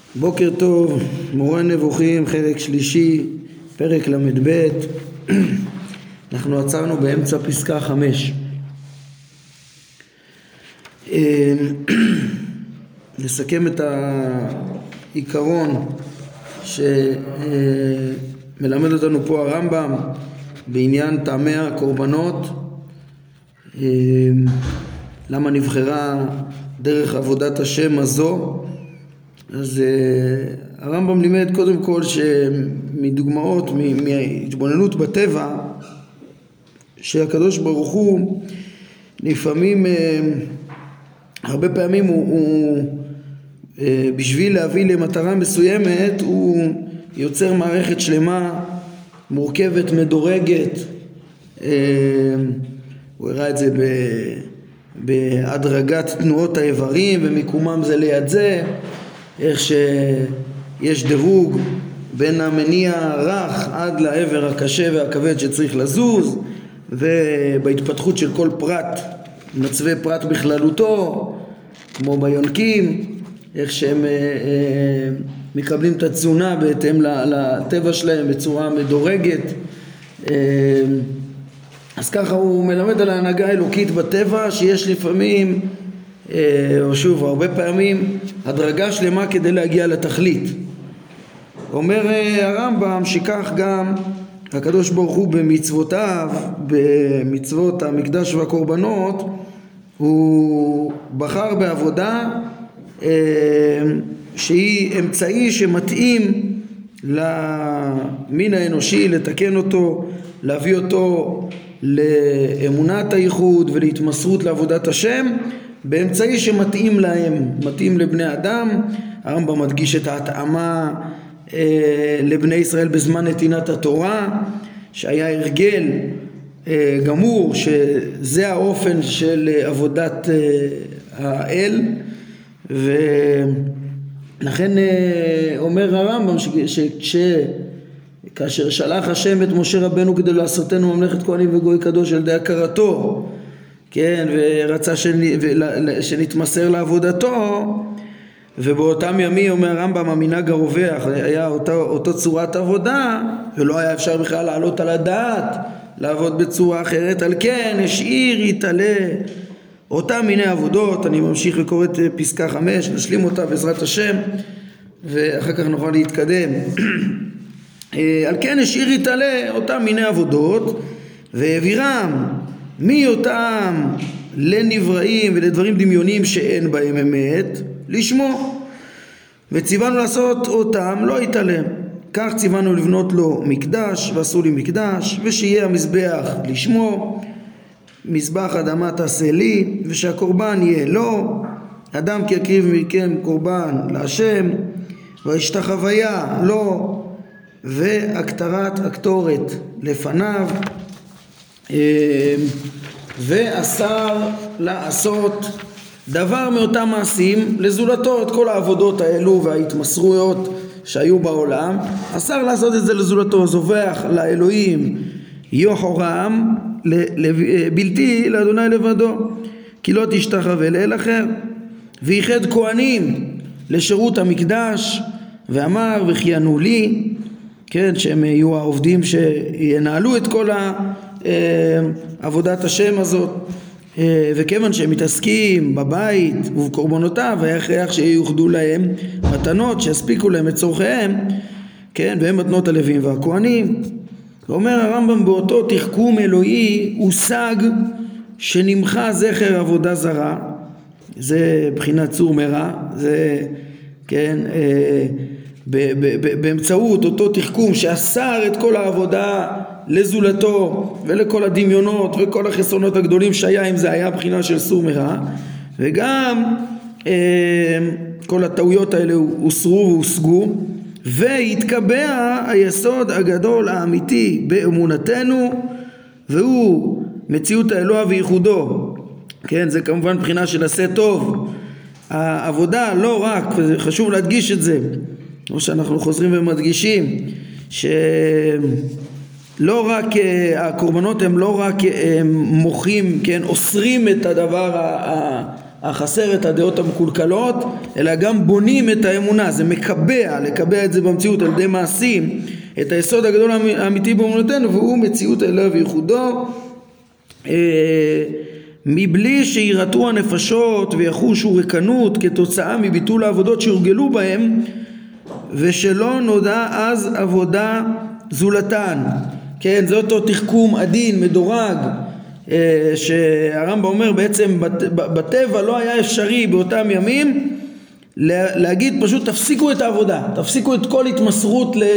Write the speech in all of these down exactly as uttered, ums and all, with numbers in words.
בוקר טוב, מורה נבוכים, חלק שלישי, פרק למד ב'. אנחנו עצרנו באמצע פסקה חמש. נסכם את העיקרון שמלמד אותנו פה הרמב"ם בעניין טעמי הקורבנות, למה נבחרה דרך עבודת השם הזו. אז uh, הרמב"ם לימד קודם כל שמדוגמאות, מהתבוננות בטבע, שהקדוש ברוך הוא לפעמים, uh, הרבה פעמים הוא, הוא uh, בשביל להביא למטרה מסוימת, הוא יוצר מערכת שלמה, מורכבת, מדורגת. Uh, הוא הראה את זה ב, בהדרגת תנועות האיברים ומיקומם זה ליד זה, איך שיש דירוג בין המניע הרך עד לעבר הקשה והכבד שצריך לזוז, ובהתפתחות של כל פרט, מצווה פרט בכללותו, כמו ביונקים, איך שהם אה, אה, מקבלים את התזונה בהתאם לטבע שלהם בצורה מדורגת. אה, אז ככה הוא מלמד על ההנהגה האלוקית בטבע, שיש לפעמים או שוב הרבה פעמים הדרגה שלמה כדי להגיע לתכלית. אומר הרמב"ם שכך גם הקדוש ברוך הוא במצוותיו, במצוות המקדש והקורבנות, הוא בחר בעבודה שהיא אמצעי שמתאים למין האנושי, לתקן אותו, להביא אותו לאמונת הייחוד ולהתמסרות לעבודת השם, באמצעי שמתאים להם, מתאים לבני אדם. הרמב"ם מדגיש את ההתאמה אה, לבני ישראל בזמן נתינת התורה, שהיה הרגל אה, גמור שזה האופן של עבודת אה, האל, ולכן אה, אומר הרמב"ם שכאשר שלח השם את משה רבנו כדי לעשותנו ממלכת כהנים וגוי קדוש על ידי הכרתו, כן, ורצה שנתמסר לעבודתו, ובאותם ימים אומר הרמב"ם המנהג הרווח היה אותו, אותו צורת עבודה, ולא היה אפשר בכלל לעלות על הדעת לעבוד בצורה אחרת. על כן השאיר יתעלה אותם מיני עבודות. אני ממשיך לקרוא את פסקה חמש, נשלים אותה בעזרת השם ואחר כך נוכל להתקדם. על כן השאיר יתעלה אותם מיני עבודות והעבירם מאותם לנבראים ולדברים דמיוניים שאין בהם אמת לשמו, וציוונו לעשות אותם לא יתעלם. כך ציוונו לבנות לו מקדש, ועשו לי מקדש, ושיהיה המזבח לשמו, מזבח אדמה תעשה לי, ושהקורבן יהיה לו. אדם כי יקריב מכם קורבן להשם, והשתחוויה לו, והקטרת הקטורת לפניו, ואסר לעשות דבר מאותם מעשים לזולתו. את כל העבודות האלו וההתמסרויות שהיו בעולם אסר לעשות את זה לזולתו. זובח לאלוהים יוחרם בלתי לאדוני לבדו, כי לא תשתחווה לאל אחר. וייחד כהנים לשירות המקדש, ואמר וכיהנו לי, כן, שהם יהיו העובדים שינהלו את כל עבודת השם הזאת. וכיוון שהם מתעסקים בבית ובקורבנותיו, היה הכרח שיוחדו להם מתנות שיספיקו להם את צורכיהם, כן, והם מתנות הלווים והכהנים. ואומר הרמב"ם באותו תחכום אלוהי הושג שנמחה זכר עבודה זרה. זה בחינת צור מרע, זה כן, אה, באמצעות אותו תחכום שאסר את כל העבודה לזולתו ולכל הדמיונות וכל החסרונות הגדולים שהיה, אם זה היה בחינה של סור מרע, וגם אה, כל הטעויות האלה הוסרו והושגו, והתקבע היסוד הגדול האמיתי באמונתנו, והוא מציאות האלוה וייחודו. כן, זה כמובן בחינה של עשה טוב. העבודה לא רק, חשוב להדגיש את זה, כמו שאנחנו חוזרים ומדגישים, שלא רק הקורבנות הם לא רק הם מוחים, כן, אוסרים את הדבר החסר, את הדעות המקולקלות, אלא גם בונים את האמונה. זה מקבע, לקבע את זה במציאות על ידי מעשים, את היסוד הגדול האמיתי באמונתנו, והוא מציאות האלה וייחודו, מבלי שירתעו הנפשות ויחושו ריקנות כתוצאה מביטול העבודות שהורגלו בהם, ושלא נודע אז עבודה זולתן. כן, זה אותו תחכום עדין, מדורג, שהרמב"ם אומר בעצם בטבע לא היה אפשרי באותם ימים להגיד פשוט תפסיקו את העבודה, תפסיקו את כל התמסרות ל...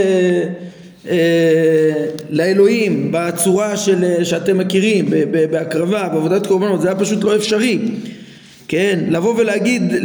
לאלוהים בצורה של, שאתם מכירים, בהקרבה, בעבודת קורבנות. זה היה פשוט לא אפשרי, כן, לבוא ולהגיד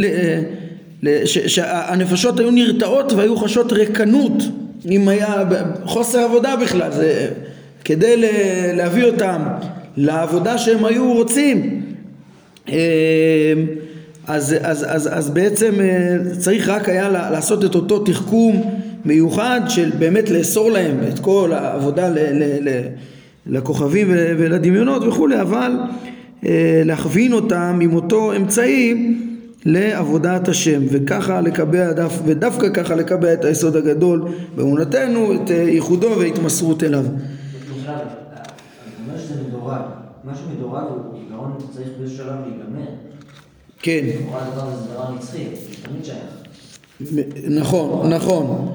שהנפשות היו נרתעות והיו חשות ריקנות אם היה חוסר עבודה בכלל. זה כדי להביא אותם לעבודה שהם היו רוצים. אז, אז, אז, אז בעצם צריך רק היה לעשות את אותו תחכום מיוחד של באמת לאסור להם את כל העבודה ל, ל, ל, לכוכבים ולדמיונות וכו', אבל להכווין אותם עם אותו אמצעי לעבודת השם, וככה לקבע, ודווקא ככה לקבע את היסוד הגדול באמונתנו, את ייחודו והתמסרות אליו. בכלל, אני אומר שזה מדורג, משהו מדורג הוא עיקרון צריך באיזשהו שלב להיגמר. כן. מדורג דבר זה דבר נצחי, זה תמיד שייך. נכון, נכון.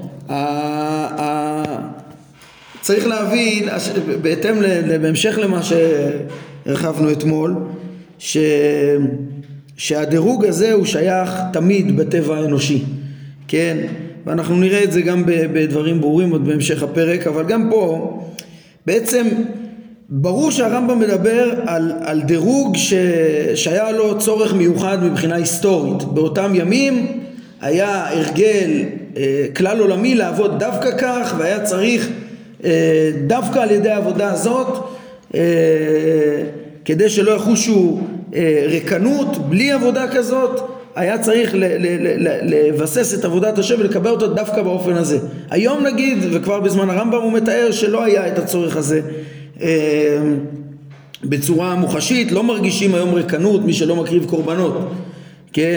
צריך להבין, בהתאם בהמשך למה שהרחבנו אתמול, ש... שהדירוג הזה הוא שייך תמיד בטבע האנושי, כן? ואנחנו נראה את זה גם בדברים ברורים עוד בהמשך הפרק, אבל גם פה בעצם ברור שהרמב"ם מדבר על, על דירוג ש... שהיה לו צורך מיוחד מבחינה היסטורית. באותם ימים היה הרגל אה, כלל עולמי לעבוד דווקא כך, והיה צריך אה, דווקא על ידי העבודה הזאת אה, כדי שלא יחושו אה, ריקנות. בלי עבודה כזאת היה צריך ל- ל- ל- לבסס את עבודת השם ולקבל אותו דווקא באופן הזה. היום נגיד, וכבר בזמן הרמב"ם הוא מתאר שלא היה את הצורך הזה אה, בצורה מוחשית. לא מרגישים היום ריקנות מי שלא מקריב קורבנות, כן?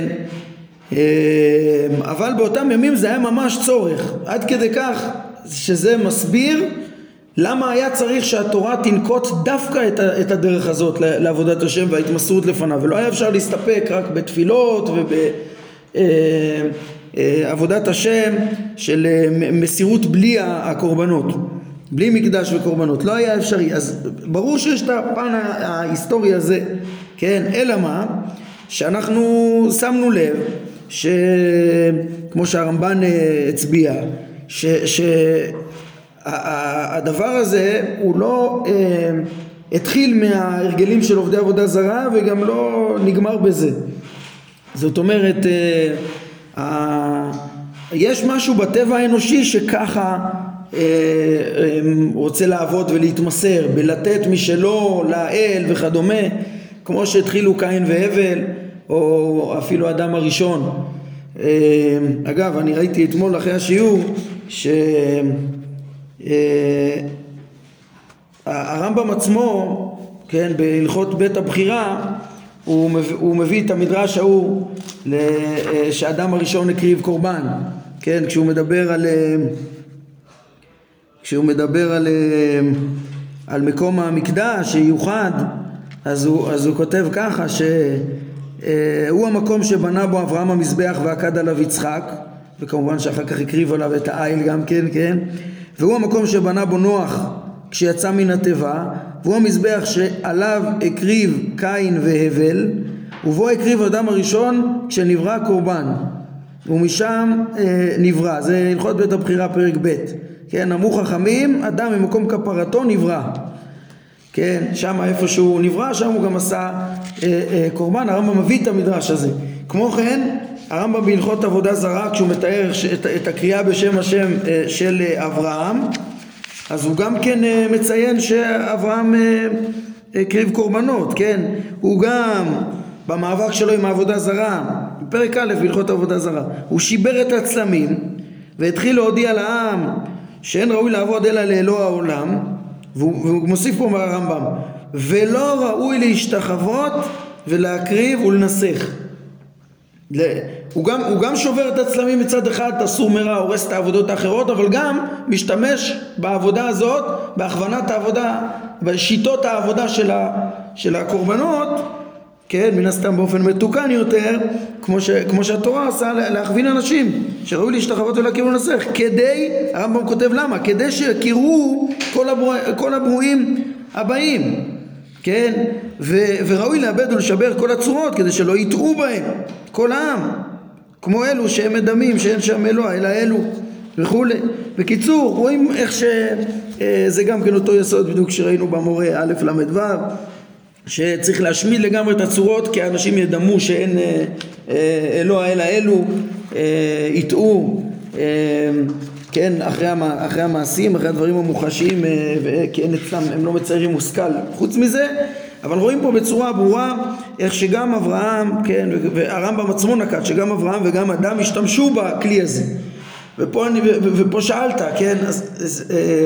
אבל באותם ימים זה היה ממש צורך, עד כדי כך שזה מסביר למה היה צריך שהתורה תנקוט דווקא את הדרך הזאת לעבודת השם וההתמסרות לפניו, ולא היה אפשר להסתפק רק בתפילות ובעבודת השם של מסירות בלי הקורבנות, בלי מקדש וקורבנות, לא היה אפשרי. אז ברור שיש את הפן ההיסטורי הזה, כן? אלא מה? שאנחנו שמנו לב שכמו שהרמב"ן הצביע, שהדבר הזה הוא לא אה, התחיל מההרגלים של עובדי עבודה זרה וגם לא נגמר בזה. זאת אומרת, אה, אה, יש משהו בטבע האנושי שככה אה, אה, רוצה לעבוד ולהתמסר, בלתת משלו לאל וכדומה, כמו שהתחילו קין והבל, או אפילו האדם הראשון. אגב, אני ראיתי אתמול אחרי השיעור שהרמב"ם עצמו, כן, בהלכות בית הבחירה, הוא מביא, הוא מביא את המדרש ההוא שהאדם הראשון הקריב קורבן, כן, כשהוא מדבר על כשהוא מדבר על על מקום המקדש שיוחד, אז הוא, אז הוא כותב ככה שהוא המקום שבנה בו אברהם המזבח ועקד עליו יצחק, וכמובן שאחר כך הקריב עליו את העיל גם כן, כן? והוא המקום שבנה בו נוח כשיצא מן התיבה, והוא המזבח שעליו הקריב קין והבל, ובו הקריב אדם הראשון כשנברא קורבן, ומשם אה, נברא. זה הלכות בית הבחירה פרק ב', כן? אמרו חכמים, אדם ממקום כפרתו נברא, כן, שם איפה שהוא נברא, שם הוא גם עשה אה, אה, קורבן. הרמב"ם מביא את המדרש הזה. כמו כן, הרמב"ם בהלכות עבודה זרה, כשהוא מתאר את, את הקריאה בשם השם אה, של אה, אברהם, אז הוא גם כן אה, מציין שאברהם אה, אה, קריב קורבנות, כן, הוא גם במאבק שלו עם העבודה זרה, בפרק א' בהלכות עבודה זרה, הוא שיבר את הצלמים והתחיל להודיע לעם שאין ראוי לעבוד אלא לאלוה העולם, והוא מוסיף פה מהרמב"ם, ולא ראוי להשתחוות ולהקריב ולנסח. הוא גם, הוא גם שובר את הצלמים מצד אחד, את הסור מרע, הורס את העבודות האחרות, אבל גם משתמש בעבודה הזאת, בהכוונת העבודה, בשיטות העבודה של, ה, של הקורבנות, כן, מן הסתם באופן מתוקן יותר, כמו, ש, כמו שהתורה עושה להכווין אנשים שראוי להשתחוות ולהכירו לנסך, כדי, הרמב"ם כותב למה? כדי שיכירו כל, הברוא, כל הברואים הבאים, כן, ו, וראוי לאבד ולשבר כל הצורות כדי שלא יטעו בהם כל העם, כמו אלו שהם מדמים שאין שם אלוה אלא אלו וכו'. בקיצור, רואים איך שזה גם כן אותו יסוד בדיוק שראינו במורה א' למד ו', שצריך להשמיד לגמרי את הצורות, כי האנשים ידמו שאין אלוה אלא אלו, יטעו, כן, אחרי, המ, אחרי המעשים, אחרי הדברים המוחשיים, כי אין אצלם, הם לא מציירים מושכל חוץ מזה. אבל רואים פה בצורה ברורה איך שגם אברהם, כן, והרמב"ם עצמו נקט שגם אברהם וגם אדם השתמשו בכלי הזה. ופה, אני, ופה שאלת, כן, אז, אז,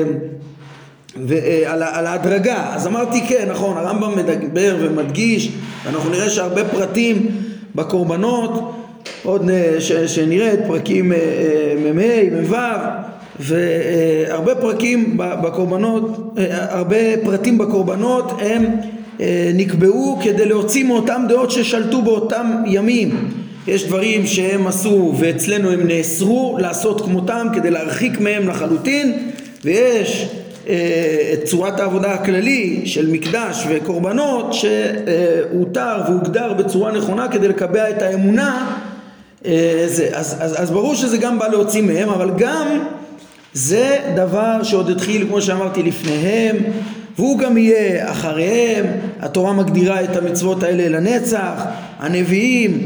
ועל, על ההדרגה, אז אמרתי כן, נכון, הרמב"ם מדבר ומדגיש, ואנחנו נראה שהרבה פרטים בקורבנות, עוד ש, שנראה את פרקים מ"ה, מ"ו, והרבה פרקים בקורבנות, הרבה פרטים בקורבנות הם נקבעו כדי להוציא מאותם דעות ששלטו באותם ימים. יש דברים שהם עשו ואצלנו הם נאסרו לעשות כמותם כדי להרחיק מהם לחלוטין, ויש את צורת העבודה הכללי של מקדש וקורבנות שהותר והוגדר בצורה נכונה כדי לקבע את האמונה. זה, אז, אז, אז ברור שזה גם בא להוציא מהם, אבל גם זה דבר שעוד התחיל כמו שאמרתי לפניהם, והוא גם יהיה אחריהם. התורה מגדירה את המצוות האלה לנצח, הנביאים,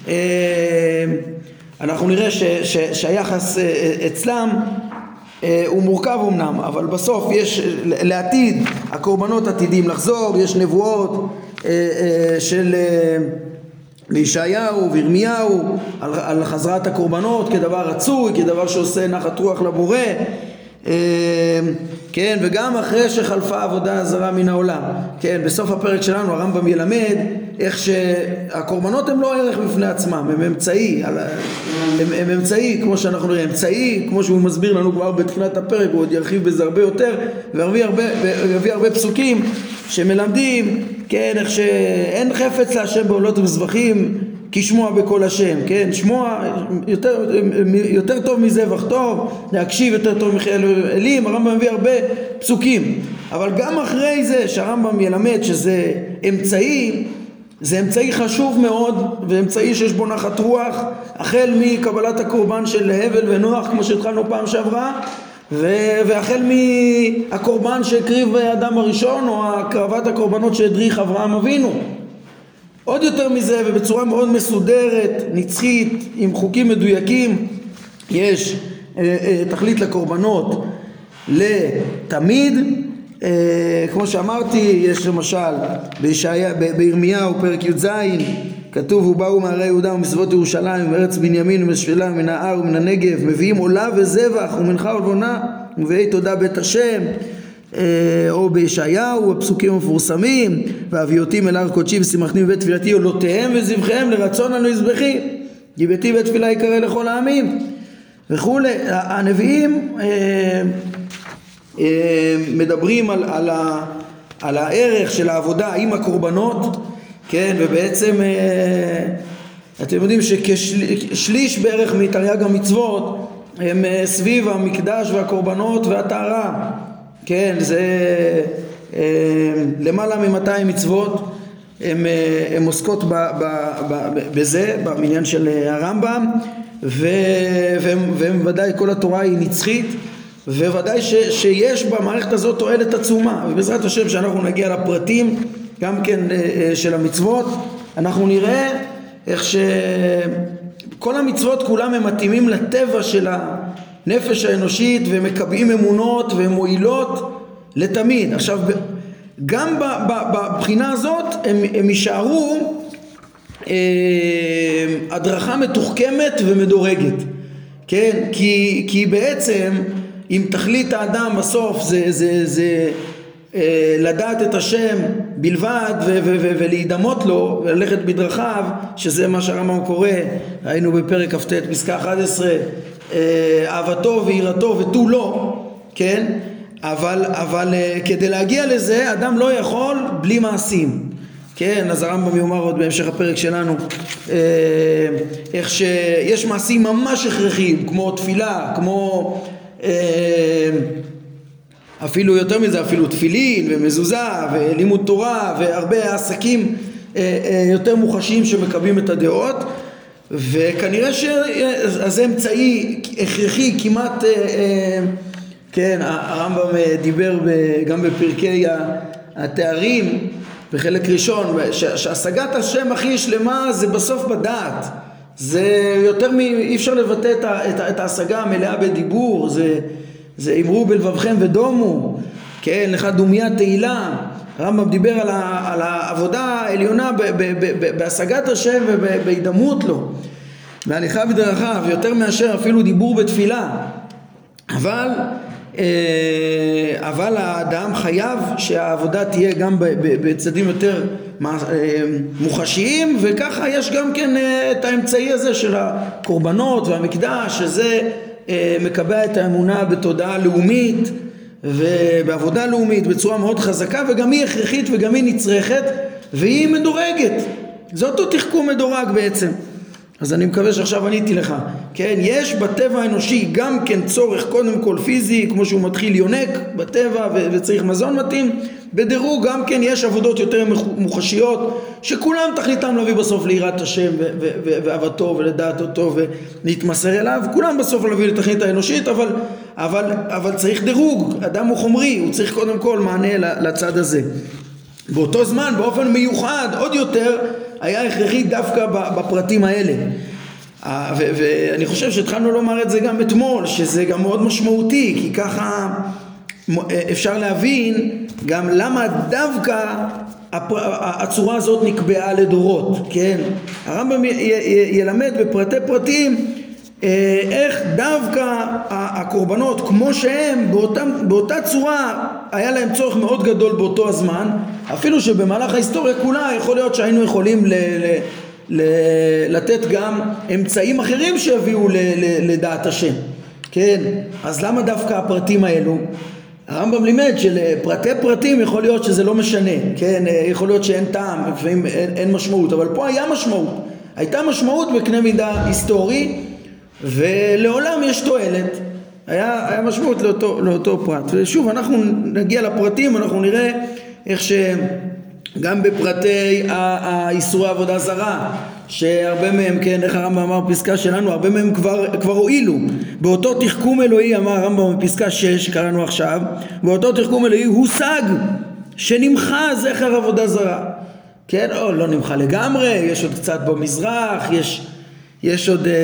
אנחנו נראה ש, ש, שהיחס אצלם הוא מורכב אמנם, אבל בסוף יש לעתיד, הקורבנות עתידים לחזור, יש נבואות של לישעיהו וירמיהו על, על חזרת הקורבנות כדבר רצוי, כדבר שעושה נחת רוח לבורא, כן, וגם אחרי שחלפה עבודה זרה מן העולם. כן, בסוף הפרק שלנו הרמב"ם ילמד איך שהקורבנות הם לא ערך בפני עצמם, הם אמצעי, הם, הם אמצעי, כמו שאנחנו נראה, אמצעי, כמו שהוא מסביר לנו כבר בתחילת הפרק, הוא עוד ירחיב בזה הרבה יותר, ויביא הרבה, ויביא הרבה פסוקים שמלמדים, כן, איך שאין חפץ להשם בעולות ומזבחים כי שמוע בקול השם, כן, שמוע יותר, יותר טוב מזבח טוב, להקשיב יותר טוב מחיל אלים. הרמב"ם מביא הרבה פסוקים, אבל גם אחרי זה שהרמב"ם ילמד שזה אמצעי, זה אמצעי חשוב מאוד, ואמצעי שיש בו נחת רוח, החל מקבלת הקורבן של הבל ונוח כמו שהתחלנו פעם שעברה, והחל מהקורבן שהקריב האדם הראשון, או הקרבת הקורבנות שהדריך אברהם אבינו. עוד יותר מזה, ובצורה מאוד מסודרת, נצחית, עם חוקים מדויקים, יש אה, אה, תכלית לקורבנות לתמיד. אה, כמו שאמרתי, יש למשל בישעיה, ב- בירמיהו פרק י"ז, כתוב ובאו מערי יהודה ומסביבות ירושלים מארץ בנימין ומשפלה מן ההר ומן הנגב, מביאים עולה וזבח ומנחה ולבונה ומביאי תודה בית השם. או בישעיהו הפסוקים המפורסמים, והביאותים אל הר קודשי ושימחתני בבית תפילתי עולותיהם וזבחיהם לרצון על מזבחי כי ביתי בית תפילה יקרא לכל העמים וכו'. הנביאים אה, אה, מדברים על, על, ה, על הערך של העבודה עם הקורבנות, כן, ובעצם אה, אתם יודעים שכשליש בערך מתרי"ג המצוות הם אה, סביב המקדש והקורבנות והטהרה. כן, זה אה, למעלה ממאתיים מצוות הם, אה, הם עוסקות ב, ב, ב, ב, בזה, במניין של הרמב"ם, ו, והם, והם ודאי כל התורה היא נצחית, וודאי ש, שיש במערכת הזאת תועלת עצומה, ובעזרת השם שאנחנו נגיע לפרטים גם כן אה, אה, של המצוות, אנחנו נראה איך שכל המצוות כולם הם מתאימים לטבע של ה... נפש האנושית, והם מקבעים אמונות והם מועילות לתמיד. עכשיו גם בבחינה הזאת הם, הם יישארו אה, הדרכה מתוחכמת ומדורגת, כן, כי, כי בעצם אם תכלית האדם בסוף זה, זה, זה לדעת את השם בלבד ו- ו- ו- ולהידמות לו וללכת בדרכיו, שזה מה שהרמב"ם קורא, היינו בפרק כ"ט פסקה אחת עשרה, אהבתו ויראתו ותו לא, כן? אבל, אבל כדי להגיע לזה אדם לא יכול בלי מעשים, כן? אז הרמב"ם יאמר עוד בהמשך הפרק שלנו איך שיש מעשים ממש הכרחיים כמו תפילה, כמו אפילו יותר מזה, אפילו תפילין ומזוזה ולימוד תורה והרבה עסקים יותר מוחשיים שמקבלים את הדעות, וכנראה שזה אמצעי הכרחי כמעט, כן, הרמב"ם דיבר גם בפרקי התארים בחלק ראשון שהשגת השם הכי שלמה זה בסוף בדעת, זה יותר מ... אי אפשר לבטא את, ה... את ההשגה המלאה בדיבור, זה, זה אמרו בלבבכם ודומו, כן, לך דומיה תהילה. הרמב"ם דיבר על, ה... על העבודה העליונה ב... ב... ב... ב... בהשגת השם ובהידמות לו, בהליכה בדרכיו, יותר מאשר אפילו דיבור בתפילה. אבל אבל האדם חייב שהעבודה תהיה גם בצדים יותר מוחשיים, וככה יש גם כן את האמצעי הזה של הקורבנות והמקדש, שזה מקבע את האמונה בתודעה לאומית ובעבודה לאומית בצורה מאוד חזקה, וגם היא הכרחית וגם היא נצרכת והיא מדורגת. זה אותו תחכום מדורג בעצם. אז אני מקווה שעכשיו עניתי לך, כן? יש בטבע האנושי גם כן צורך קודם כל פיזי, כמו שהוא מתחיל יונק בטבע ו- וצריך מזון מתאים. בדירוג גם כן יש עבודות יותר מוחשיות שכולם תכליתם להביא בסוף ליראת השם ו- ו- ו- ואהבתו ולדעת אותו ולהתמסר אליו, כולם בסוף להביא לתכלית האנושית, אבל, אבל, אבל צריך דירוג. אדם הוא חומרי, הוא צריך קודם כל מענה לצד הזה. באותו זמן באופן מיוחד עוד יותר היה הכרחי דווקא בפרטים האלה, ואני חושב שהתחלנו לומר את זה גם אתמול, שזה גם מאוד משמעותי, כי ככה אפשר להבין גם למה דווקא הצורה הזאת נקבעה לדורות, כן? הרמב"ם ילמד בפרטי פרטים איך דווקא הקורבנות כמו שהם באותה, באותה צורה היה להם צורך מאוד גדול באותו הזמן, אפילו שבמהלך ההיסטוריה כולה יכול להיות שהיינו יכולים ל, ל, ל, לתת גם אמצעים אחרים שיביאו ל, ל, לדעת השם, כן? אז למה דווקא הפרטים האלו? הרמב"ם לימד שלפרטי פרטים יכול להיות שזה לא משנה, כן? יכול להיות שאין טעם, לפעמים אין, אין משמעות, אבל פה היה משמעות, הייתה משמעות בקנה מידה היסטורי, ולעולם יש תועלת, היה, היה משמעות לאותו, לאותו פרט. ושוב, אנחנו נגיע לפרטים, אנחנו נראה איך שגם בפרטי האיסורי עבודה זרה, שהרבה מהם, כן, איך הרמב"ם אמר בפסקה שלנו, הרבה מהם כבר, כבר הועילו. באותו תחכום אלוהי, אמר הרמב"ם בפסקה שש, קראנו עכשיו, באותו תחכום אלוהי הושג שנמחה זכר עבודה זרה. כן, או לא נמחה לגמרי, יש עוד קצת במזרח, יש... יש עוד, אה,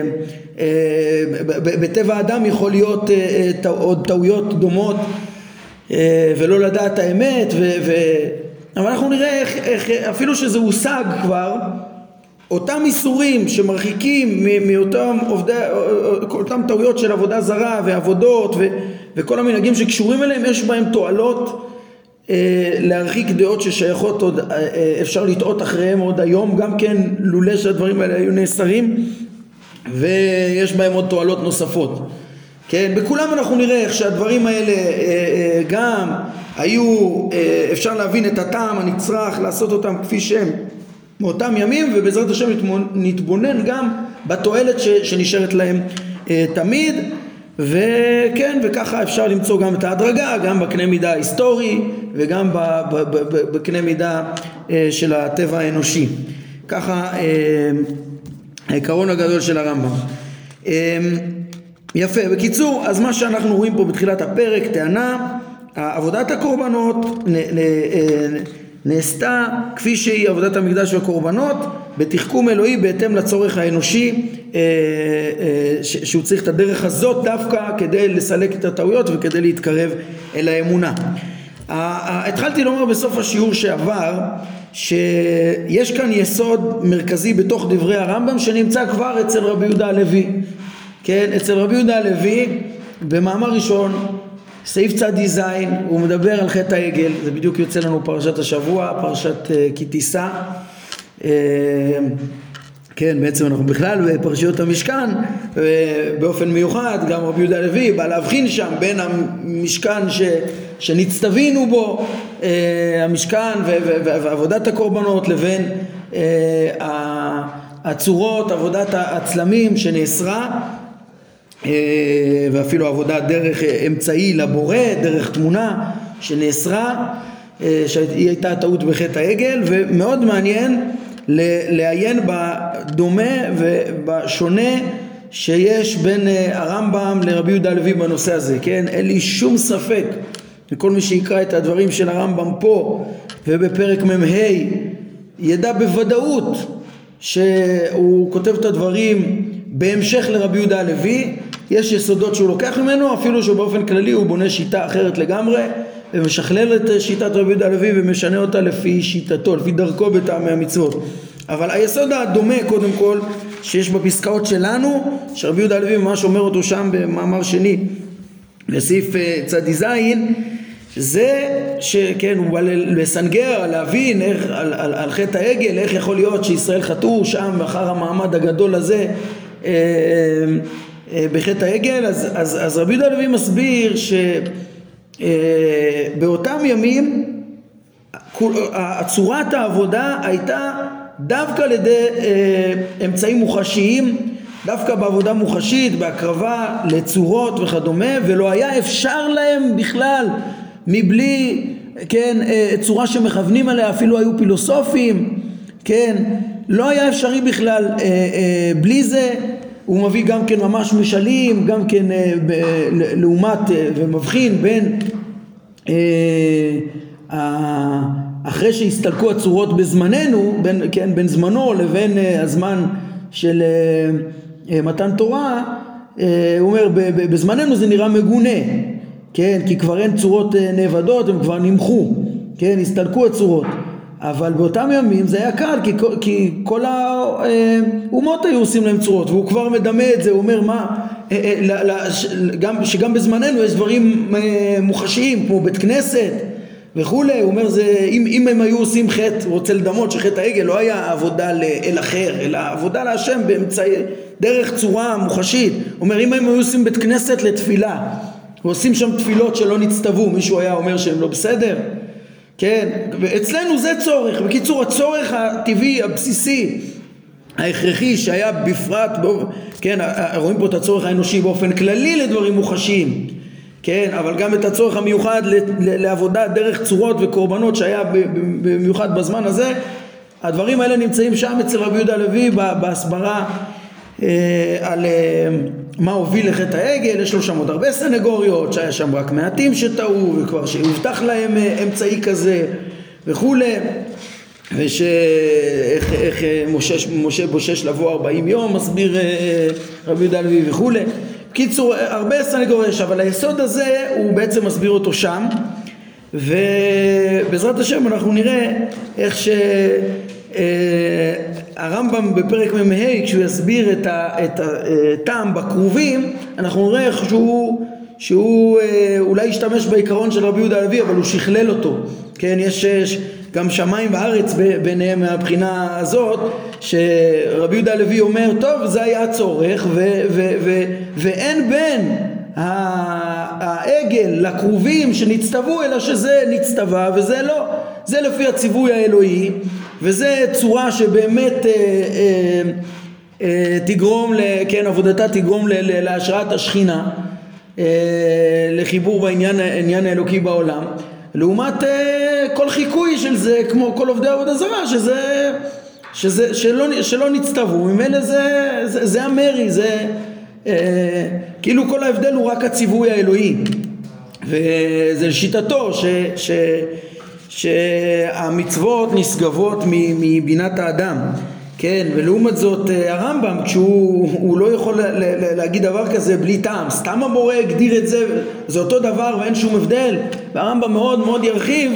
אה, בטבע האדם יכול להיות אה, טע, עוד טעויות דומות אה, ולא לדעת האמת, ו, ו, אבל אנחנו נראה איך, איך אפילו שזה הושג כבר, אותם איסורים שמרחיקים מאותם עובדי, אותם טעויות של עבודה זרה ועבודות ו, וכל המנהגים שקשורים אליהם, יש בהם תועלות להרחיק דעות ששייכות עוד, אפשר לטעות אחריהם עוד היום גם כן, לולא שהדברים האלה היו נאסרים, ויש בהם עוד תועלות נוספות, כן? בכולם אנחנו נראה איך שהדברים האלה גם היו, אפשר להבין את הטעם הנצרך לעשות אותם כפי שהם מאותם ימים, ובעזרת השם נתבונן גם בתועלת שנשארת להם תמיד. וכן, וככה אפשר למצוא גם את ההדרגה, גם בקנה מידה ההיסטורי וגם בקנה מידה של הטבע האנושי. ככה העיקרון הגדול של הרמב"ם. יפה, בקיצור, אז מה שאנחנו רואים פה בתחילת הפרק, טענה, עבודת הקורבנות נעשתה כפי שהיא עבודת המקדש והקורבנות, בתחכום אלוהי בהתאם לצורך האנושי, שהוא צריך את הדרך הזאת דווקא כדי לסלק את הטעויות וכדי להתקרב אל האמונה. התחלתי לומר בסוף השיעור שעבר שיש כאן יסוד מרכזי בתוך דברי הרמב"ם שנמצא כבר אצל רבי יהודה הלוי, כן? אצל רבי יהודה הלוי במאמר ראשון סעיף צדי זין, הוא מדבר על חטא העגל, זה בדיוק יוצא לנו פרשת השבוע, פרשת כי תישא. כן, בעצם אנחנו בכלל בפרשיות המשכן, באופן מיוחד, גם רבי יהודה הלוי בא להבחין שם בין המשכן ש, שנצטווינו בו, המשכן ו, ו, ועבודת הקורבנות, לבין הצורות, עבודת הצלמים שנאסרה, ואפילו עבודה דרך אמצעי לבורא, דרך תמונה שנאסרה, שהיא הייתה טעות בחטא העגל. ומאוד מעניין לעיין בדומה ובשונה שיש בין הרמב"ם לרבי יהודה הלוי בנושא הזה, כן? אין לי שום ספק, וכל מי שיקרא את הדברים של הרמב"ם פה ובפרק מ"ה ידע בוודאות שהוא כותב את הדברים בהמשך לרבי יהודה הלוי. יש יסודות שהוא לוקח ממנו, אפילו שבאופן כללי הוא בונה שיטה אחרת לגמרי ומשכלל את שיטת רבי יהודה הלוי ומשנה אותה לפי שיטתו, לפי דרכו בטעמי המצוות. אבל היסוד הדומה קודם כל שיש בפסקאות שלנו, שרבי יהודה הלוי ממש אומר אותו שם במאמר שני לסעיף צדי זין, זה שכן הוא בא לסנגר, להבין איך, על, על, על חטא העגל, איך יכול להיות שישראל חטאו שם אחר המעמד הגדול הזה אה, אה, בחטא העגל. אז, אז, אז רבי יהודה הלוי מסביר שבאותם אה, ימים צורת העבודה הייתה דווקא על ידי אה, אמצעים מוחשיים, דווקא בעבודה מוחשית, בהקרבה לצורות וכדומה, ולא היה אפשר להם בכלל מבלי, כן, צורה שמכוונים עליה, אפילו היו פילוסופים, כן, לא היה אפשרי בכלל בלי זה. הוא מביא גם כן ממש משלים, גם כן לעומת ומבחין בין אחרי שהסתלקו הצורות בזמננו, בין, כן, בין זמנו לבין הזמן של מתן תורה. הוא אומר בזמננו זה נראה מגונה, כן, כי כבר אין צורות נאבדות, הם כבר נמחו, כן, הסתלקו הצורות. אבל באותם ימים זה היה קל, כי, כי כל האומות היו עושים להם צורות, והוא כבר מדמה את זה. הוא אומר מה, גם, שגם בזמננו יש דברים מוחשיים כמו בית כנסת וכולי. הוא אומר זה, אם, אם הם היו עושים חטא, הוא רוצה לדמות שחטא העגל לא היה עבודה לאל אחר, אלא עבודה להשם באמצעי, דרך צורה מוחשית. הוא אומר אם הם היו עושים בית כנסת לתפילה ועושים שם תפילות שלא נצטוו, מישהו היה אומר שהם לא בסדר? כן, ואצלנו זה צורך. בקיצור, הצורך הטבעי, הבסיסי, ההכרחי שהיה בפרט, כן, רואים פה את הצורך האנושי באופן כללי לדברים מוחשיים, כן, אבל גם את הצורך המיוחד לעבודה דרך צורות וקורבנות שהיה במיוחד בזמן הזה. הדברים האלה נמצאים שם אצל רבי יהודה הלוי בהסברה על מה הוביל לחטא העגל. יש לו שם עוד הרבה סנגוריות, שהיה שם רק מעטים שטעו וכבר שהובטח להם אמצעי כזה וכולי, ושאיך איך משה, משה בושש לבוא ארבעים יום, מסביר רבי יהודה הלוי וכולי. בקיצור, הרבה סנגוריות, אבל היסוד הזה הוא בעצם מסביר אותו שם, ובעזרת השם אנחנו נראה איך ש הרמב"ם בפרק מ"ה, כשהוא יסביר את הטעם בקרובים, אנחנו נראה איך שהוא, שהוא אולי ישתמש בעיקרון של רבי יהודה הלוי, אבל הוא שכלל אותו. כן, יש גם שמיים וארץ ביניהם מהבחינה הזאת, שרבי יהודה הלוי אומר, טוב, זה היה צורך, ו- ו- ו- ואין בין העגל לקרובים שנצטוו, אלא שזה נצטווה וזה לא. זה לפי הציווי האלוהי, וזה צורה שבאמת אה, אה, אה, תגרום, כן, עבודתה תגרום ל- ל- להשראת השכינה, אה, לחיבור בעניין העניין האלוקי בעולם, לעומת אה, כל חיקוי של זה, כמו כל עובדי עבודה זרה, שזה, שזה, שלא, שלא נצטוו. ממילא זה, זה, זה המרי, זה אה, כאילו כל ההבדל הוא רק הציווי האלוהי, וזה לשיטתו ש... ש שהמצוות נשגבות מבינת האדם, כן, ולעומת זאת הרמב"ם, כשהוא לא יכול להגיד דבר כזה בלי טעם, סתם המורה הגדיר את זה, זה אותו דבר ואין שום הבדל. והרמב"ם מאוד מאוד ירחיב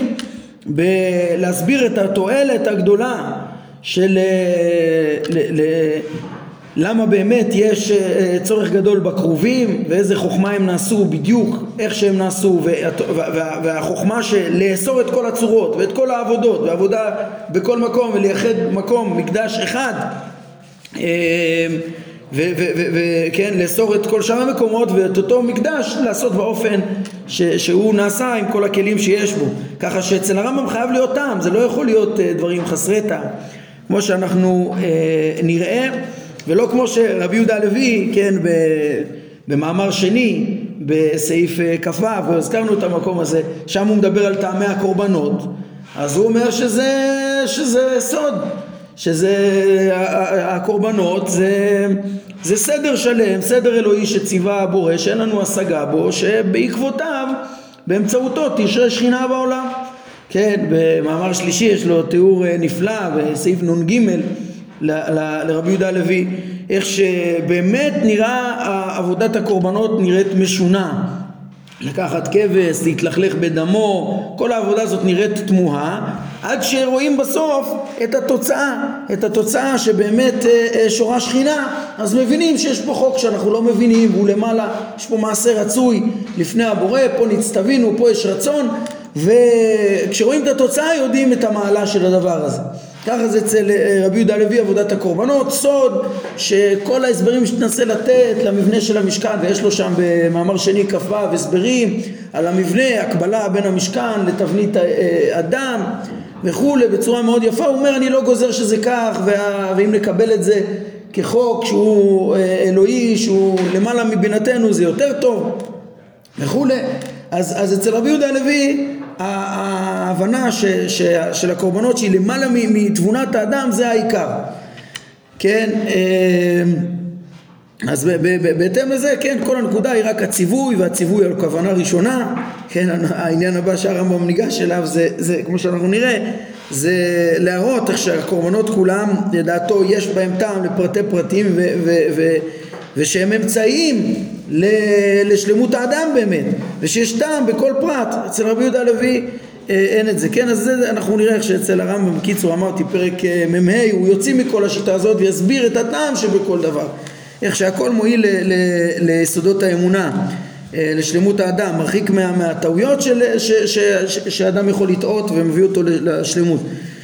בלהסביר את התועלת הגדולה של למה באמת יש צורך גדול בקרובים, ואיזה חוכמה הם נעשו בדיוק, איך שהם נעשו, והחוכמה של לאסור את כל הצורות ואת כל העבודות, ועבודה בכל מקום ולייחד מקום, מקדש אחד, וכן, לאסור את כל שאר המקומות ואת אותו מקדש לעשות באופן ש, שהוא נעשה עם כל הכלים שיש בו, ככה שאצל הרמב"ם חייב להיות טעם, זה לא יכול להיות דברים חסרי טעם כמו שאנחנו אה, נראה, ולא כמו שרבי יהודה הלוי, כן, במאמר שני בסעיף כ"ו, והזכרנו את המקום הזה, שם הוא מדבר על טעמי הקורבנות, אז הוא אומר שזה, שזה סוד, שזה הקורבנות זה, זה סדר שלם, סדר אלוהי שציווה הבורא, שאין לנו השגה בו, שבעקבותיו באמצעותו תשרה שכינה בעולם. כן, במאמר שלישי יש לו תיאור נפלא בסעיף נ"ג לרבי יהודה הלוי, איך שבאמת נראה עבודת הקורבנות נראית משונה, לקחת כבש, להתלכלך בדמו, כל העבודה הזאת נראית תמוהה, עד שרואים בסוף את התוצאה, את התוצאה שבאמת שורה שכינה, אז מבינים שיש פה חוק שאנחנו לא מבינים, והוא למעלה, יש פה מעשה רצוי לפני הבורא, פה נצטווינו, פה יש רצון, וכשרואים את התוצאה יודעים את המעלה של הדבר הזה. ככה זה אצל רבי יהודה הלוי עבודת הקורבנות, סוד שכל ההסברים שתנסה לתת למבנה של המשכן, ויש לו שם במאמר שני כ"ו הסברים על המבנה, הקבלה בין המשכן לתבנית אדם וכו', בצורה מאוד יפה. הוא אומר אני לא גוזר שזה כך, ואם נקבל את זה כחוק שהוא אלוהי, שהוא למעלה מבינתנו, זה יותר טוב וכו'. אז, אז אצל רבי יהודה הלוי ההבנה ש, ש, של הקורבנות שהיא למעלה מתבונת האדם זה העיקר, כן. אז בהתאם לזה, כן, כל הנקודה היא רק הציווי, והציווי על כוונה ראשונה, כן. העניין הבא שהרמב"ם ניגש אליו זה, זה כמו שאנחנו נראה, זה להראות איך שהקורבנות כולם לדעתו יש בהם טעם לפרטי פרטים ו, ו, ו, ושהם אמצעים לשלמות האדם באמת, ושיש טעם בכל פרט. אצל רבי יהודה הלוי אין את זה, כן. אז זה אנחנו נראה איך שאצל הרמב"ם, בקיצור אמרתי פרק מ"ה, הוא יוציא מכל השיטה הזאת ויסביר את הטעם שבכל דבר, איך שהכל מועיל ליסודות האמונה, לשלמות האדם, מרחיק מה, מהטעויות של, ש, ש, ש, שאדם יכול לטעות ומביא אותו לשלמות.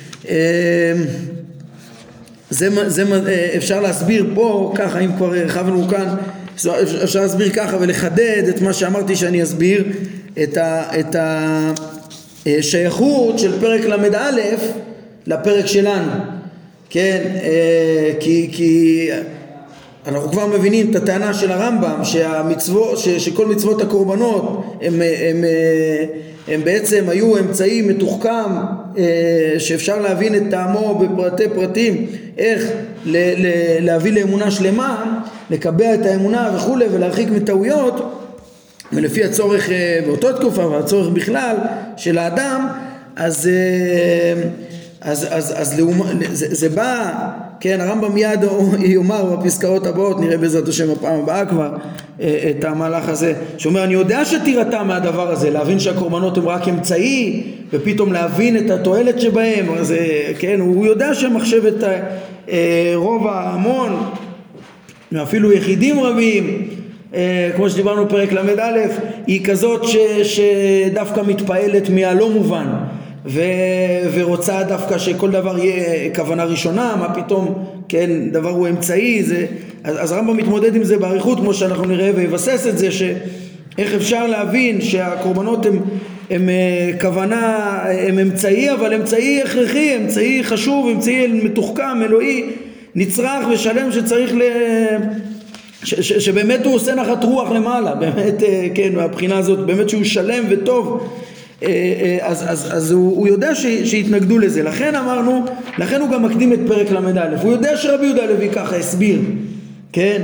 זה, זה אפשר להסביר פה ככה, אם כבר הרחבנו כאן, אפשר להסביר ככה ולחדד את מה שאמרתי שאני אסביר, את, ה, את השייכות של פרק למד א' לפרק שלנו, כן, כי, כי אנחנו כבר מבינים את הטענה של הרמב"ם שהמצוות, ש, שכל מצוות הקורבנות הם, הם, הם בעצם היו אמצעי מתוחכם שאפשר להבין את טעמו בפרטי פרטים, איך ל, ל, להביא לאמונה שלמה, לקבע את האמונה וכו' ולהרחיק מטעויות, ולפי הצורך באותו תקופה והצורך בכלל של האדם, אז אז אז אז זה, זה בא, כן. הרמב"ם מיד יאמר בפסקאות הבאות, נראה בעזרת השם הפעם הבאה כבר את המהלך הזה, שאומר אני יודע שתירתה מהדבר הזה, להבין שהקורבנות הם רק אמצעי, ופתאום להבין את התועלת שבהם, אז כן, הוא יודע שמחשבת רוב ההמון ואפילו יחידים רבים, כמו שדיברנו פרק למד א', היא כזאת ש, שדווקא מתפעלת מהלא מובן, ו, ורוצה דווקא שכל דבר יהיה כוונה ראשונה, מה פתאום, כן, דבר הוא אמצעי, זה, אז, אז הרמב"ם מתמודד עם זה בעריכות, כמו שאנחנו נראה, ויבסס את זה, שאיך אפשר להבין שהקורבנות הם, הם כוונה, הם אמצעי, אבל אמצעי הכרחי, אמצעי חשוב, אמצעי מתוחכם, אלוהי, נצרך ושלם שצריך ל... ש, ש, שבאמת הוא עושה נחת רוח למעלה, באמת, כן, מהבחינה הזאת, באמת שהוא שלם וטוב, אז, אז, אז הוא, הוא יודע ש, שהתנגדו לזה, לכן אמרנו, לכן הוא גם מקדים את פרק למד א', הוא יודע שרבי יהודה הלוי ככה הסביר, כן,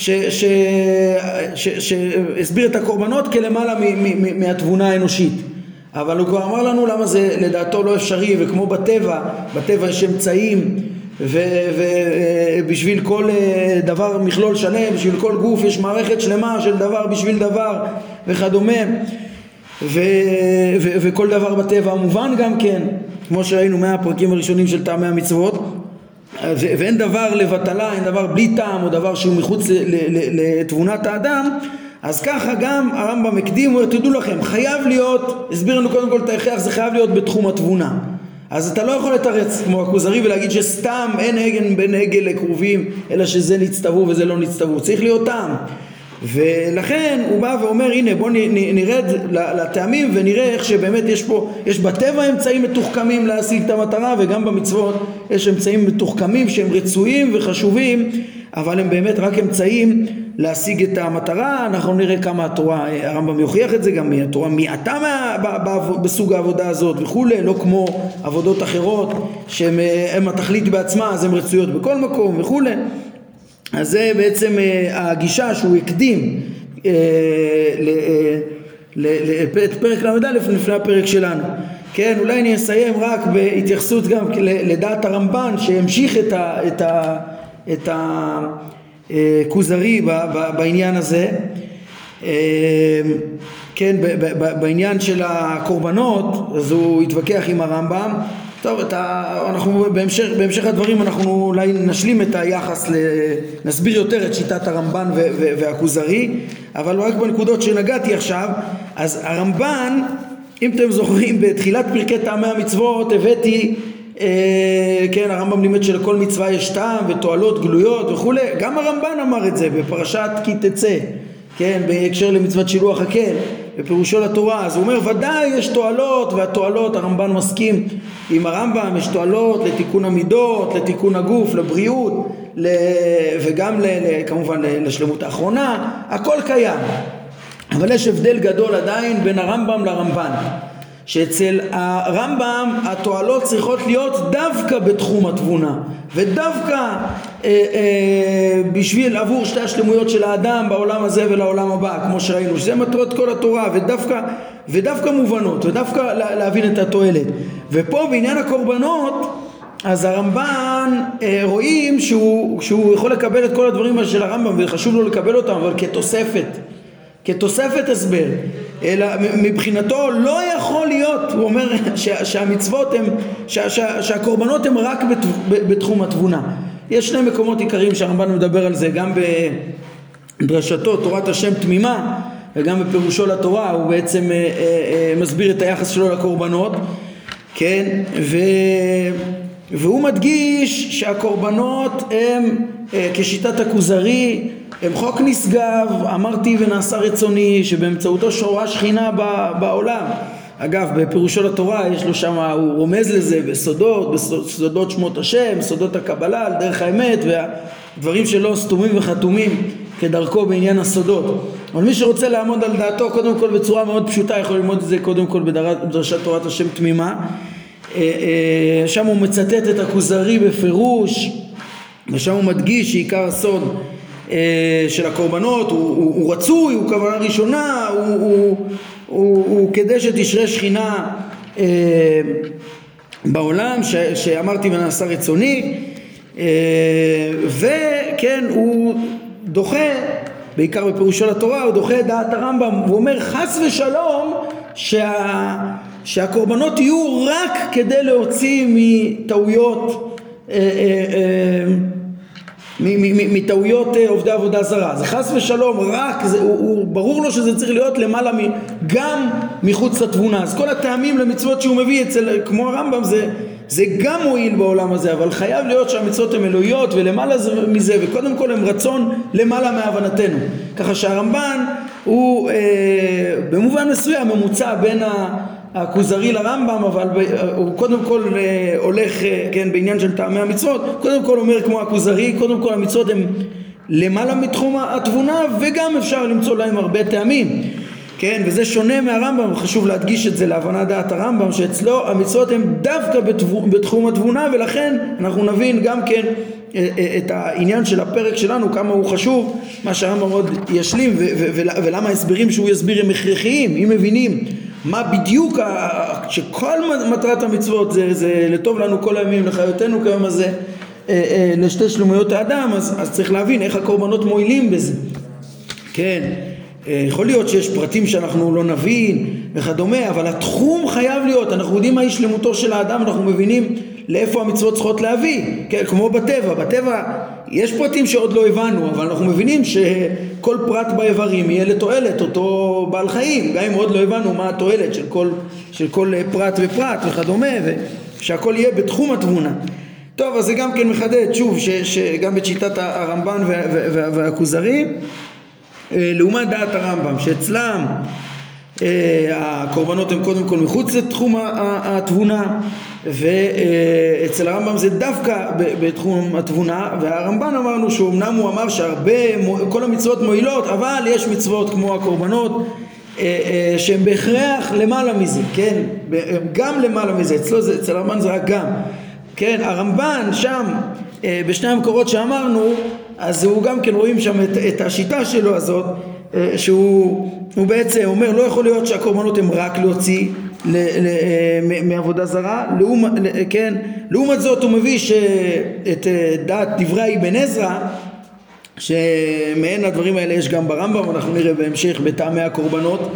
שהסביר את הקורבנות כלמעלה מ, מ, מ, מהתבונה האנושית, אבל הוא כבר אמר לנו למה זה לדעתו לא אפשרי, וכמו בטבע, בטבע יש אמצעים, ובשביל כל דבר מכלול שלם, בשביל כל גוף יש מערכת שלמה של דבר בשביל דבר וכדומה, ו- ו- וכל דבר בטבע מובן גם כן, כמו שראינו מהפרקים הראשונים של טעמי המצוות. ואין דבר לבטלה, אין דבר בלי טעם או דבר שהוא מחוץ לתבונת האדם, אז ככה גם הרמב"ם מקדים, הוא אומר, תדעו לכם, חייב להיות, הסביר לנו קודם כל את ההכרח, זה חייב להיות בתחום התבונה. אז אתה לא יכול לתרץ כמו הכוזרי ולהגיד שסתם אין עגן בין עגל לקרובים, אלא שזה נצטוו וזה לא נצטוו, צריך להיות טעם. ולכן הוא בא ואומר, הנה בוא נרד לטעמים ונראה איך שבאמת יש פה, יש בטבע אמצעים מתוחכמים להשיג את המטרה, וגם במצוות יש אמצעים מתוחכמים שהם רצויים וחשובים, אבל הם באמת רק אמצעים להשיג את המטרה. אנחנו נראה כמה התורה, הרמב"ם יוכיח את זה, גם התורה מיעטה בסוג העבודה הזאת וכולי, לא כמו עבודות אחרות שהן התכלית בעצמה, אז הן רצויות בכל מקום וכולי. אז זה בעצם הגישה שהוא הקדים את פרק למד א' לפני הפרק שלנו. כן, אולי אני אסיים רק בהתייחסות גם לדעת הרמב"ן שהמשיך את ה, את ה, את הכוזרי בעניין הזה. כן, בעניין של הקורבנות, אז הוא התווכח עם הרמב"ם. טוב, אתה, אנחנו בהמשך, בהמשך הדברים אנחנו אולי נשלים את היחס, נסביר יותר את שיטת הרמב"ן והכוזרי, אבל רק בנקודות שנגעתי עכשיו. אז הרמב"ן, אם אתם זוכרים, בתחילת פרקי טעמי המצוות הבאתי, אה, כן, הרמב"ם לימד שלכל מצווה יש טעם ותועלות גלויות וכו'. גם הרמב"ן אמר את זה בפרשת כי תצא, כן, בהקשר למצוות שילוח הקן, בפירושו לתורה. אז הוא אומר, ודאי יש תועלות, והתועלות, הרמב"ן מסכים עם הרמב"ם, יש תועלות לתיקון המידות, לתיקון הגוף, לבריאות, ל... וגם ל... כמובן לשלמות האחרונה, הכל קיים. אבל יש הבדל גדול עדיין בין הרמב"ם לרמב"ן, שאצל הרמב"ם התועלות צריכות להיות דווקא בתחום התבונה, ודווקא אה, אה, בשביל עבור שתי השלמויות של האדם בעולם הזה ולעולם הבא, כמו שראינו, שזה מטרות כל התורה, ודווקא, ודווקא מובנות, ודווקא להבין את התועלת. ופה בעניין הקורבנות, אז הרמב"ן אה, רואים שהוא, שהוא יכול לקבל את כל הדברים של הרמב"ם, וחשוב לו לקבל אותם, אבל כתוספת. כתוספת הסבר, אלא מבחינתו לא יכול להיות, הוא אומר שהמצוות הם, שה, שה, שהקורבנות הם רק בתחום התבונה. יש שני מקומות עיקריים שהרמב"ן מדבר על זה, גם בדרשתו תורת השם תמימה וגם בפירושו לתורה, הוא בעצם אה, אה, מסביר את היחס שלו לקורבנות, כן, ו, והוא מדגיש שהקורבנות הם אה, כשיטת הכוזרי, הם חוק נשגב, אמרתי ונעשה רצוני, שבאמצעותו שורה שכינה בעולם. אגב, בפירושו לתורה יש לו שם, הוא רומז לזה בסודות, בסודות שמות השם, סודות הקבלה, על דרך האמת, והדברים שלו סתומים וחתומים כדרכו בעניין הסודות. אבל מי שרוצה לעמוד על דעתו, קודם כל בצורה מאוד פשוטה, יכול ללמוד את זה קודם כל בדרשת תורת השם תמימה. שם הוא מצטט את הכוזרי בפירוש, ושם הוא מדגיש שעיקר הסוד של הקורבנות הוא, הוא, הוא רצוי, הוא כוונה ראשונה, הוא, הוא, הוא, הוא כדי שתשרה שכינה אה, בעולם, ש, שאמרתי ונעשה רצוני, אה, וכן הוא דוחה, בעיקר בפירושו לתורה, הוא דוחה את דעת הרמב"ם, הוא אומר חס ושלום שה, שהקורבנות יהיו רק כדי להוציא מטעויות אה, אה, אה, מטעויות עובדי עבודה זרה. זה חס ושלום רק, זה, הוא, הוא, ברור לו שזה צריך להיות למעלה מ, גם מחוץ לתבונה. אז כל הטעמים למצוות שהוא מביא אצל, כמו הרמב"ם, זה, זה גם מועיל בעולם הזה, אבל חייב להיות שהמצוות הן אלוהיות ולמעלה מזה, וקודם כל הם רצון למעלה מהבנתנו. ככה שהרמב"ן הוא אה, במובן מסוים ממוצע בין ה הכוזרי לרמב"ם, אבל הוא קודם כל הולך, כן, בעניין של טעמי המצוות, קודם כל אומר כמו הכוזרי, קודם כל המצוות הן למעלה מתחום התבונה, וגם אפשר למצוא להם הרבה טעמים, כן, וזה שונה מהרמב"ם, חשוב להדגיש את זה להבנת דעת הרמב"ם, שאצלו המצוות הן דווקא בתחום התבונה, ולכן אנחנו נבין גם כן את העניין של הפרק שלנו, כמה הוא חשוב, מה שהרמב"ם עוד ישלים, ולמה ההסברים שהוא יסביר הם הכרחיים, אם מבינים מה בדיוק, שכל מטרת המצוות זה, זה לטוב לנו כל הימים, לחיותנו כיום הזה, לשתי שלמויות האדם, אז, אז צריך להבין איך הקורבנות מועילים בזה. כן, יכול להיות שיש פרטים שאנחנו לא נבין וכדומה, אבל התחום חייב להיות, אנחנו יודעים מהי שלמותו של האדם, אנחנו מבינים לאיפה המצוות צריכות להביא, כן, כמו בטבע, בטבע יש פרטים שעוד לא הבנו, אבל אנחנו מבינים שכל פרט באיברים יהיה לתועלת אותו בעל חיים, גם אם עוד לא הבנו מה התועלת של כל, של כל פרט ופרט וכדומה, ושהכל יהיה בתחום התבונה. טוב, אז זה גם כן מחדד, שוב, ש, שגם בשיטת הרמב"ן וה, וה, והכוזרי, לעומת דעת הרמב"ם, שאצלם הקורבנות הם קודם כל מחוץ לתחום התבונה, ואצל הרמב"ם זה דווקא בתחום התבונה, והרמב"ן אמרנו שאומנם הוא אמר שהרבה, כל המצוות מועילות, אבל יש מצוות כמו הקורבנות שהן בהכרח למעלה מזה, כן? גם למעלה מזה, אצלו זה, אצל הרמב"ן זה רק גם, כן? הרמב"ן שם בשני המקורות שאמרנו, אז הוא גם כן רואים שם את, את השיטה שלו הזאת, שהוא הוא בעצם אומר לא יכול להיות שהקורבנות הם רק להוציא ל, ל, מעבודה זרה, לעומת, כן? לעומת זאת הוא מביא שאת דעת דברי אבן עזרא, שמעין הדברים האלה יש גם ברמב"ם, אנחנו נראה בהמשך בטעמי הקורבנות,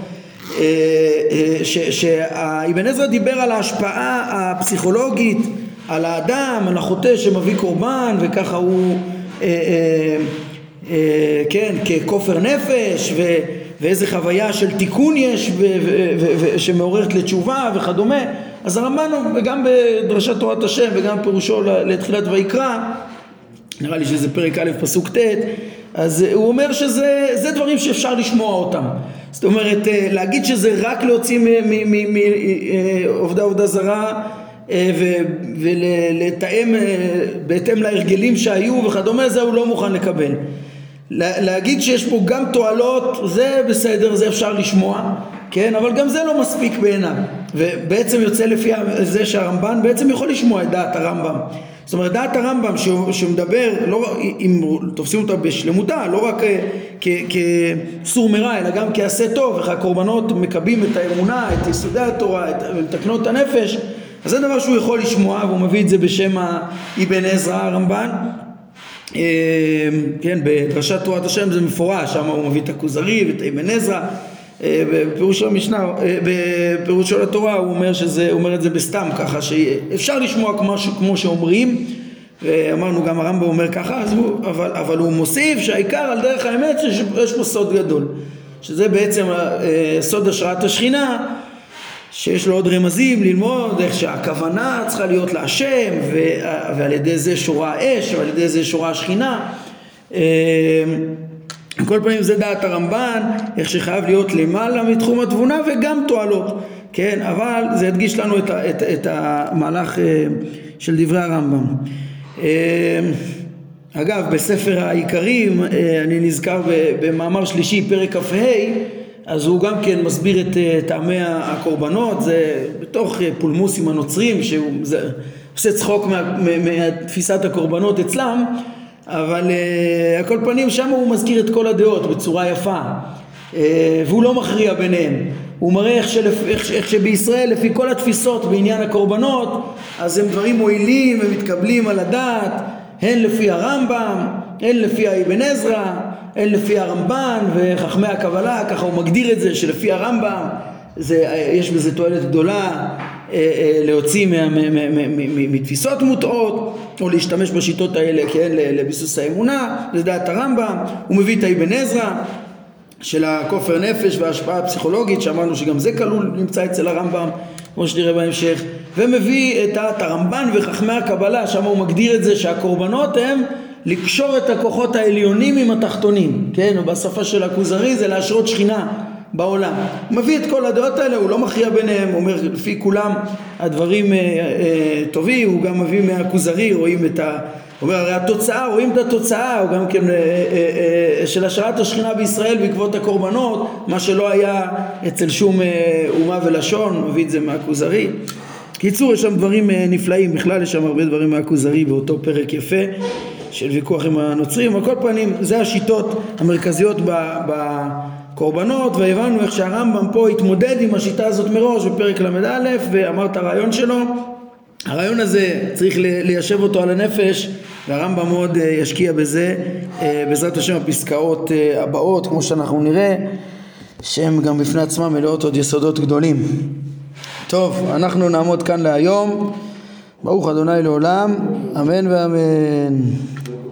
שאבן עזרא דיבר על ההשפעה הפסיכולוגית על האדם, על החוטא שמביא קורבן, וככה הוא אה, אה, אה, כן, ככופר נפש, ו, ואיזה חוויה של תיקון יש ו, ו, ו, ו, שמעוררת לתשובה וכדומה. אז הרמב"ן גם בדרשת תורת השם וגם פירושו לתחילת ויקרא, נראה לי שזה פרק א' פסוק ט', אז הוא אומר שזה זה דברים שאפשר לשמוע אותם. זאת אומרת, להגיד שזה רק להוציא מעובדה עובדה זרה ולתאם בהתאם להרגלים שהיו וכדומה, זה הוא לא מוכן לקבל. להגיד שיש פה גם תועלות, זה בסדר, זה אפשר לשמוע, כן? אבל גם זה לא מספיק בעיניו. ובעצם יוצא לפי זה שהרמב"ן בעצם יכול לשמוע את דעת הרמב"ם. זאת אומרת, דעת הרמב"ם שמדבר, לא, אם תופסים אותה בשלמותה, לא רק כסור מרע, אלא גם כעשה טוב, איך הקורבנות מקבים את האמונה, את יסודי התורה, ומתקנות את הנפש, אז זה דבר שהוא יכול לשמוע, והוא מביא את זה בשם אבן עזרא, הרמב"ן. כן, בדרשת תורת השם זה מפורש, שם הוא מביא את הכוזרי ואת אבן עזרא. בפירוש של המשנה, בפירוש של התורה הוא אומר שזה, הוא אומר את זה בסתם ככה, שאפשר לשמוע כמו, כמו שאומרים, ואמרנו גם הרמב"ם אומר ככה, אז הוא, אבל, אבל הוא מוסיף שהעיקר על דרך האמת שיש פה סוד גדול, שזה בעצם סוד השראת השכינה, שיש לו עוד רמזים ללמוד איך שהכוונה צריכה להיות להשם, ועל ידי זה שורה האש, ועל ידי זה שורה השכינה. כל פעמים זה דעת הרמב"ן, איך שחייב להיות למעלה מתחום התבונה וגם תועלות, כן? אבל זה ידגיש לנו את, את, את המהלך של דברי הרמב"ם. אגב, בספר העיקרים, אני נזכר במאמר שלישי, פרק כ"ה, אז הוא גם כן מסביר את טעמי הקורבנות, זה בתוך פולמוס עם הנוצרים, שהוא זה, עושה צחוק מתפיסת הקורבנות אצלם, אבל uh, הכל פנים שם הוא מזכיר את כל הדעות בצורה יפה, uh, והוא לא מכריע ביניהם. הוא מראה איך, שלפ, איך, איך שבישראל לפי כל התפיסות בעניין הקורבנות, אז הם דברים מועילים ומתקבלים על הדעת, הן לפי הרמב"ם, הן לפי אבן עזרא, הן לפי הרמב"ן וחכמי הקבלה, ככה הוא מגדיר את זה שלפי הרמב"ם זה, יש בזה תועלת גדולה להוציא מתפיסות מוטעות או להשתמש בשיטות האלה, כן, לביסוס האמונה. זה דעת הרמב"ם. הוא מביא את אבן עזרא של הכופר נפש וההשפעה הפסיכולוגית, שאמרנו שגם זה כלול, נמצא אצל הרמב"ם כמו שנראה בהמשך, ומביא את דעת הרמב"ן וחכמי הקבלה, שם הוא מגדיר את זה שהקורבנות הם לקשור את הכוחות העליונים עם התחתונים, כן, ובשפה של הכוזרי זה להשרות שכינה בעולם. הוא מביא את כל הדעות האלה, הוא לא מכריע ביניהם, הוא אומר לפי כולם הדברים אה, אה, טובים. הוא גם מביא מהכוזרי, רואים את ה... הוא אומר הרי התוצאה, רואים את התוצאה, הוא גם כן אה, אה, אה, של השארת השכינה בישראל בעקבות הקורבנות, מה שלא היה אצל שום אה, אומה ולשון. הוא מביא את זה מהכוזרי. קיצור, יש שם דברים אה, נפלאים, בכלל יש שם הרבה דברים מהכוזרי באותו פרק יפה של ויכוח עם הנוצרים. על כל פנים, זה השיטות המרכזיות ב... ב קורבנות, והבנו איך שהרמב"ם פה התמודד עם השיטה הזאת מראש בפרק למד א', ואמר את הרעיון שלו. הרעיון הזה צריך ליישב אותו על הנפש, והרמב"ם מאוד ישקיע בזה, בעזרת השם הפסקאות הבאות, כמו שאנחנו נראה, שהם גם בפני עצמם מלאות עוד יסודות גדולים. טוב, אנחנו נעמוד כאן להיום, ברוך אדוני לעולם, אמן ואמן.